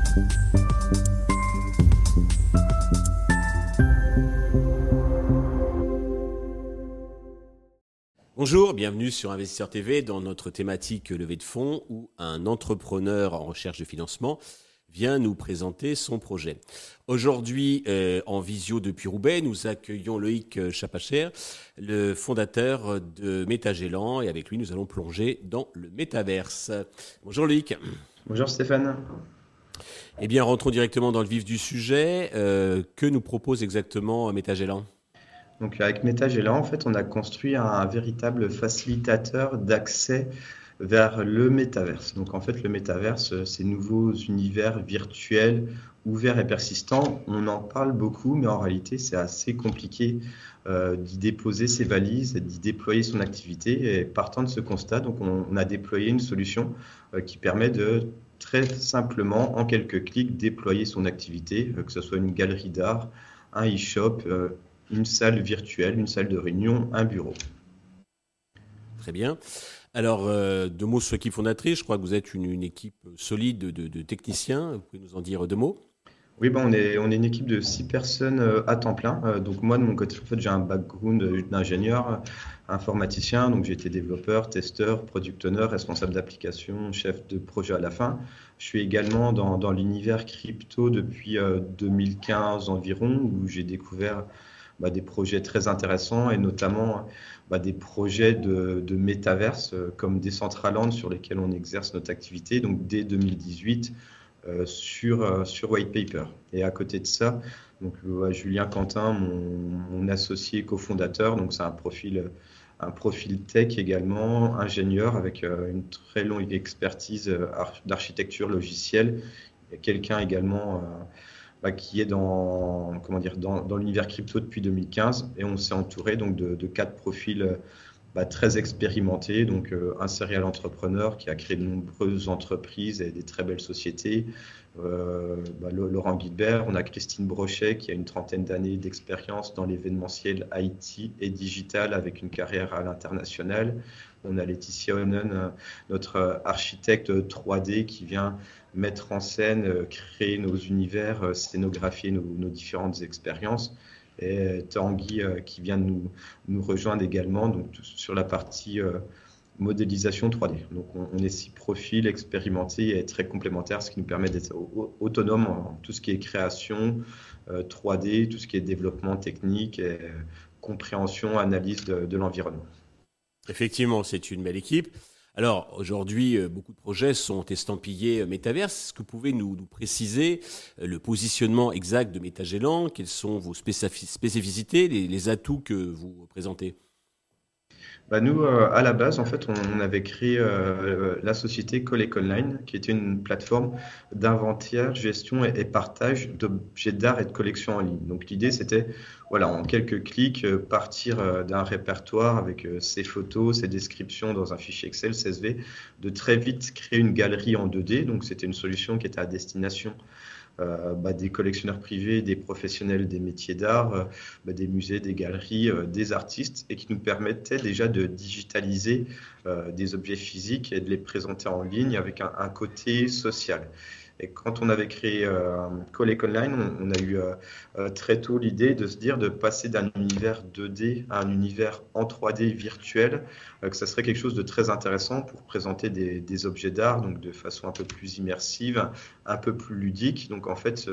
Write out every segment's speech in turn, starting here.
Bonjour, bienvenue sur Investisseur TV dans notre thématique levée de fonds où un entrepreneur en recherche de financement vient nous présenter son projet. Aujourd'hui, en visio depuis Roubaix, nous accueillons Loïc Chapacher, le fondateur de Métagellan, et avec lui, nous allons plonger dans le métaverse. Bonjour Loïc. Bonjour Stéphane. Eh bien, rentrons directement dans le vif du sujet. Que nous propose exactement Métagellan ? Donc avec Métagellan, en fait, on a construit un véritable facilitateur d'accès vers le métaverse. Donc en fait, le métaverse, ces nouveaux univers virtuels, ouverts et persistants, on en parle beaucoup, mais en réalité, c'est assez compliqué d'y déposer ses valises et d'y déployer son activité. Et partant de ce constat, donc on a déployé une solution qui permet de très simplement, en quelques clics, déployer son activité, que ce soit une galerie d'art, un e-shop, une salle virtuelle, une salle de réunion, un bureau. Très bien. Alors, deux mots sur l'équipe fondatrice. Je crois que vous êtes une équipe solide de techniciens. Vous pouvez nous en dire deux mots ? Oui, on est une équipe de 6 personnes à temps plein. Donc moi, de mon côté, en fait, j'ai un background d'ingénieur, informaticien. Donc j'ai été développeur, testeur, product owner, responsable d'application, chef de projet à la fin. Je suis également dans l'univers crypto depuis 2015 environ, où j'ai découvert des projets très intéressants et notamment des projets de métaverse comme Decentraland sur lesquels on exerce notre activité, donc dès 2018 sur White Paper. Et à côté de ça, donc, Julien Quentin, mon associé cofondateur, donc c'est un profil tech également, ingénieur avec une très longue expertise d'architecture logicielle, et quelqu'un également qui est dans l'univers crypto depuis 2015, et on s'est entouré donc de 4 profils très expérimentés, donc un serial entrepreneur qui a créé de nombreuses entreprises et des très belles sociétés, Laurent Guilbert, on a Christine Brochet qui a une 30aine d'années d'expérience dans l'événementiel IT et digital avec une carrière à l'international. On a Laetitia Onen, notre architecte 3D qui vient mettre en scène, créer nos univers, scénographier nos différentes expériences. Et Tanguy qui vient de nous rejoindre également donc, sur la partie modélisation 3D. Donc on est 6 profils expérimentés et très complémentaires, ce qui nous permet d'être autonomes en tout ce qui est création 3D, tout ce qui est développement technique et compréhension, analyse de l'environnement. Effectivement, c'est une belle équipe. Alors, aujourd'hui, beaucoup de projets sont estampillés métaverse. Est-ce que vous pouvez nous préciser le positionnement exact de Métagellan ? Quelles sont vos spécificités, les atouts que vous présentez ? Nous, à la base, en fait, on avait créé la société Collect Online, qui était une plateforme d'inventaire, gestion et partage d'objets d'art et de collection en ligne. Donc, l'idée, c'était, en quelques clics, partir d'un répertoire avec ses photos, ses descriptions dans un fichier Excel CSV, de très vite créer une galerie en 2D. Donc, c'était une solution qui était à destination des collectionneurs privés, des professionnels des métiers d'art, des musées, des galeries, des artistes, et qui nous permettait déjà de digitaliser des objets physiques et de les présenter en ligne avec un côté social. Et quand on avait créé Collect Online, on a eu très tôt l'idée de se dire de passer d'un univers 2D à un univers en 3D virtuel, que ça serait quelque chose de très intéressant pour présenter des objets d'art, donc de façon un peu plus immersive, un peu plus ludique. Donc en fait,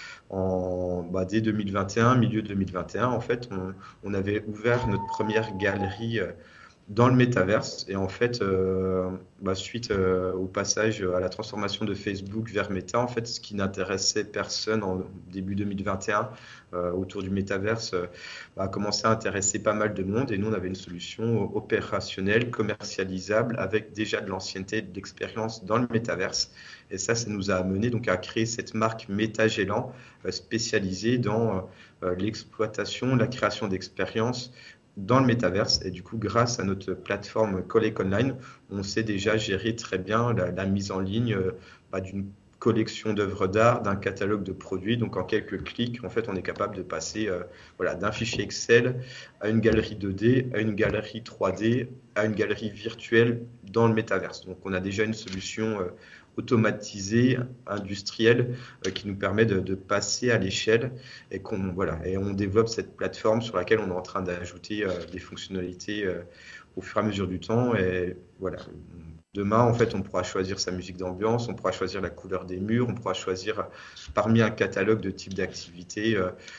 dès 2021, milieu 2021, en fait, on avait ouvert notre première galerie dans le métaverse. Et en fait, suite au passage à la transformation de Facebook vers Meta, en fait, ce qui n'intéressait personne en début 2021 autour du métaverse a commencé à intéresser pas mal de monde. Et nous, on avait une solution opérationnelle, commercialisable, avec déjà de l'ancienneté, de l'expérience dans le métaverse. Et ça nous a amené donc à créer cette marque Métagellan spécialisée dans l'exploitation, la création d'expériences dans le métaverse. Et du coup, grâce à notre plateforme Collect Online, on sait déjà gérer très bien la mise en ligne d'une collection d'œuvres d'art, d'un catalogue de produits. Donc, en quelques clics, en fait, on est capable de passer d'un fichier Excel à une galerie 2D, à une galerie 3D, à une galerie virtuelle dans le métaverse. Donc, on a déjà une solution automatisé, industriel, qui nous permet de passer à l'échelle et on développe cette plateforme sur laquelle on est en train d'ajouter des fonctionnalités au fur et à mesure du temps. Et voilà. Demain, en fait, on pourra choisir sa musique d'ambiance, on pourra choisir la couleur des murs, on pourra choisir parmi un catalogue de types d'activités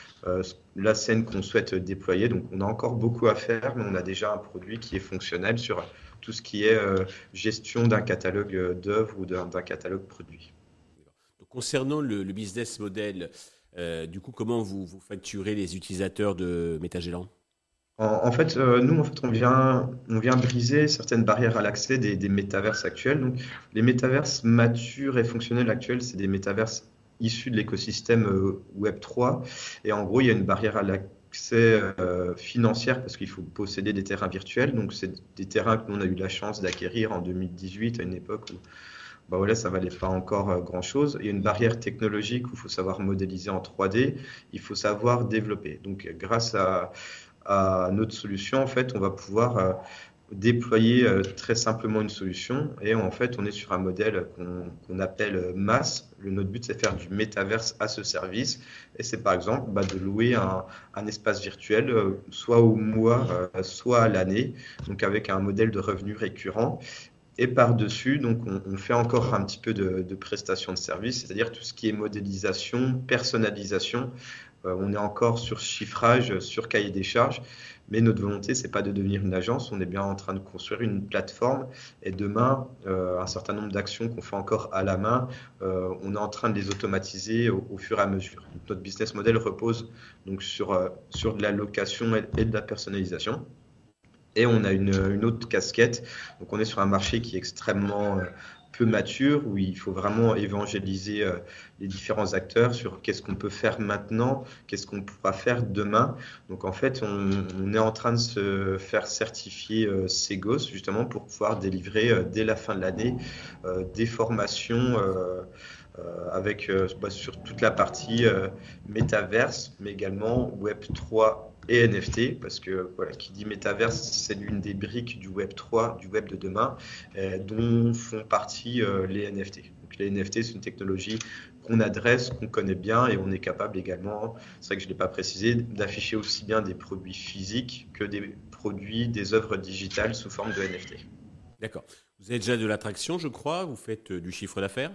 la scène qu'on souhaite déployer. Donc, on a encore beaucoup à faire, mais on a déjà un produit qui est fonctionnel sur tout ce qui est gestion d'un catalogue d'œuvres ou d'un catalogue produit. Donc, concernant le business model, du coup, comment vous facturez les utilisateurs de Metagellan? En fait, nous, en fait, on vient briser certaines barrières à l'accès des métaverses actuels. Donc, les métaverses matures et fonctionnels actuels, c'est des métaverses issus de l'écosystème Web3. Et en gros, il y a une barrière à l'accès financière parce qu'il faut posséder des terrains virtuels. Donc, c'est des terrains que nous, on a eu la chance d'acquérir en 2018, à une époque où ça valait pas encore grand-chose. Il y a une barrière technologique où il faut savoir modéliser en 3D, il faut savoir développer. Donc, grâce à notre solution, en fait, on va pouvoir déployer très simplement une solution et en fait, on est sur un modèle qu'on appelle MaaS. Notre but, c'est de faire du métaverse à ce service et c'est par exemple de louer un espace virtuel soit au mois, soit à l'année, donc avec un modèle de revenu récurrent. Et par-dessus, donc, on fait encore un petit peu de prestations de services, c'est-à-dire tout ce qui est modélisation, personnalisation. On est encore sur chiffrage, sur cahier des charges, mais notre volonté, c'est pas de devenir une agence. On est bien en train de construire une plateforme. Et demain, un certain nombre d'actions qu'on fait encore à la main, on est en train de les automatiser au fur et à mesure. Donc, notre business model repose donc sur de la location et de la personnalisation. Et on a une autre casquette. Donc, on est sur un marché qui est extrêmement peu mature, où il faut vraiment évangéliser les différents acteurs sur qu'est-ce qu'on peut faire maintenant, qu'est-ce qu'on pourra faire demain. Donc, en fait, on est en train de se faire certifier Segos, justement, pour pouvoir délivrer dès la fin de l'année des formations sur toute la partie métaverse, mais également Web3 et NFT, parce que qui dit métaverse, c'est l'une des briques du Web3, du Web de demain, dont font partie les NFT. Donc, les NFT, c'est une technologie qu'on adresse, qu'on connaît bien, et on est capable également, c'est vrai que je ne l'ai pas précisé, d'afficher aussi bien des produits physiques que des produits, des œuvres digitales sous forme de NFT. D'accord. Vous avez déjà de l'attraction, je crois, vous faites du chiffre d'affaires?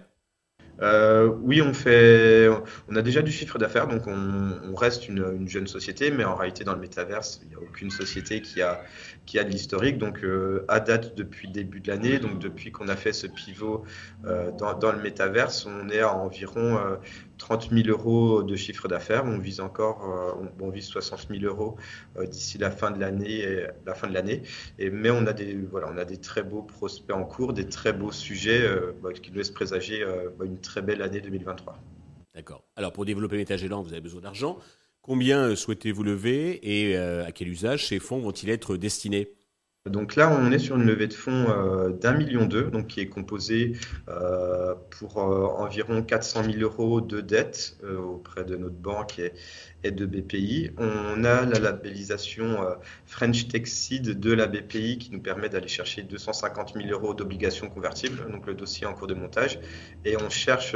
Oui, on a déjà du chiffre d'affaires, donc on reste une jeune société, mais en réalité dans le métaverse, il n'y a aucune société qui a de l'historique. Donc à date depuis le début de l'année, donc depuis qu'on a fait ce pivot dans le métaverse, on est à environ 30 000 euros de chiffre d'affaires. On vise on vise 60 000 euros d'ici la fin de l'année. Mais on a des très beaux prospects en cours, des très beaux sujets qui nous laissent présager une très belle année 2023. D'accord. Alors, pour développer Metagellan, vous avez besoin d'argent. Combien souhaitez-vous lever et à quel usage ces fonds vont-ils être destinés? Donc là, on est sur une levée de fonds d'1,2 million, donc qui est composée pour environ 400 000 euros de dette auprès de notre banque et de BPI. On a la labellisation French Tech Seed de la BPI qui nous permet d'aller chercher 250 000 euros d'obligations convertibles, donc le dossier en cours de montage. Et on cherche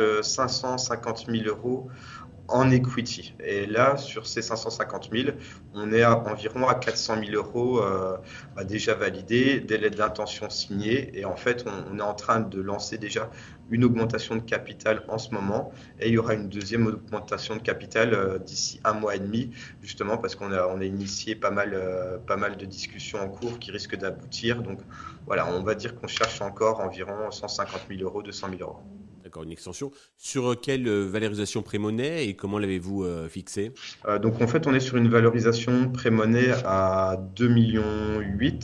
550 000 euros en equity. Et là, sur ces 550 000, on est environ à 400 000 euros déjà validés, délai d'intention signé. Et en fait, on est en train de lancer déjà une augmentation de capital en ce moment. Et il y aura une deuxième augmentation de capital d'ici 1 mois et demi, justement parce qu'on a initié pas mal de discussions en cours qui risquent d'aboutir. Donc voilà, on va dire qu'on cherche encore environ 150 000 euros, 200 000 euros. D'accord, une extension. Sur quelle valorisation pré-monnaie et comment l'avez-vous fixée? Donc en fait, on est sur une valorisation pré-monnaie à 2,8 millions.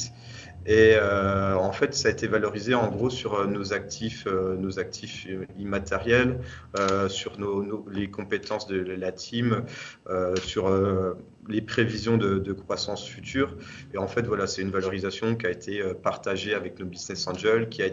Et en fait, ça a été valorisé en gros sur nos actifs immatériels, sur les compétences de la team, sur les prévisions de croissance future. Et en fait, voilà, c'est une valorisation qui a été partagée avec nos business angels, qui a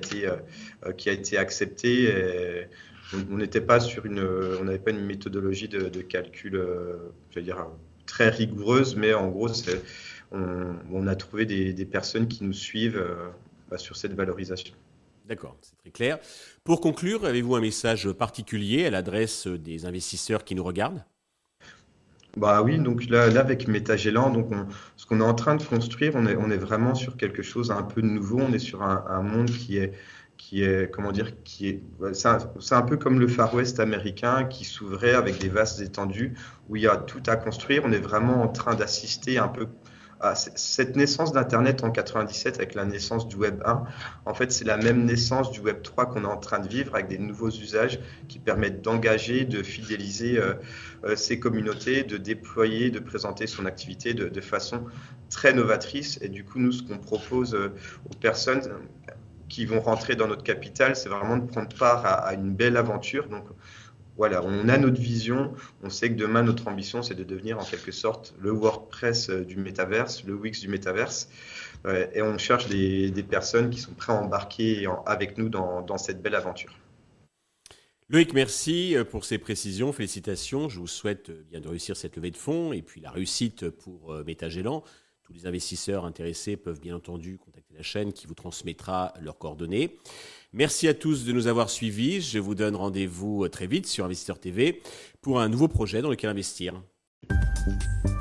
été acceptée. Et on n'était pas on n'avait pas une méthodologie de calcul, je veux dire, très rigoureuse, mais en gros, on a trouvé des personnes qui nous suivent sur cette valorisation. D'accord, c'est très clair. Pour conclure, avez-vous un message particulier à l'adresse des investisseurs qui nous regardent? Bah oui, donc là avec Métagellan, ce qu'on est en train de construire, on est vraiment sur quelque chose un peu de nouveau. On est sur un monde qui est, comment dire, ouais, c'est un peu comme le Far West américain qui s'ouvrait avec des vastes étendues où il y a tout à construire. On est vraiment en train d'assister un peu à cette naissance d'Internet en 97 avec la naissance du Web 1. En fait, c'est la même naissance du Web 3 qu'on est en train de vivre avec des nouveaux usages qui permettent d'engager, de fidéliser ses communautés, de déployer, de présenter son activité de façon très novatrice. Et du coup, nous, ce qu'on propose aux personnes qui vont rentrer dans notre capital, c'est vraiment de prendre part à une belle aventure. Donc voilà, on a notre vision, on sait que demain, notre ambition, c'est de devenir en quelque sorte le WordPress du métaverse, le Wix du métaverse. Et on cherche des personnes qui sont prêtes à embarquer avec nous dans cette belle aventure. Loïc, merci pour ces précisions. Félicitations. Je vous souhaite bien de réussir cette levée de fonds et puis la réussite pour Métagellan. Tous les investisseurs intéressés peuvent bien entendu contacter la chaîne qui vous transmettra leurs coordonnées. Merci à tous de nous avoir suivis. Je vous donne rendez-vous très vite sur Investisseur TV pour un nouveau projet dans lequel investir.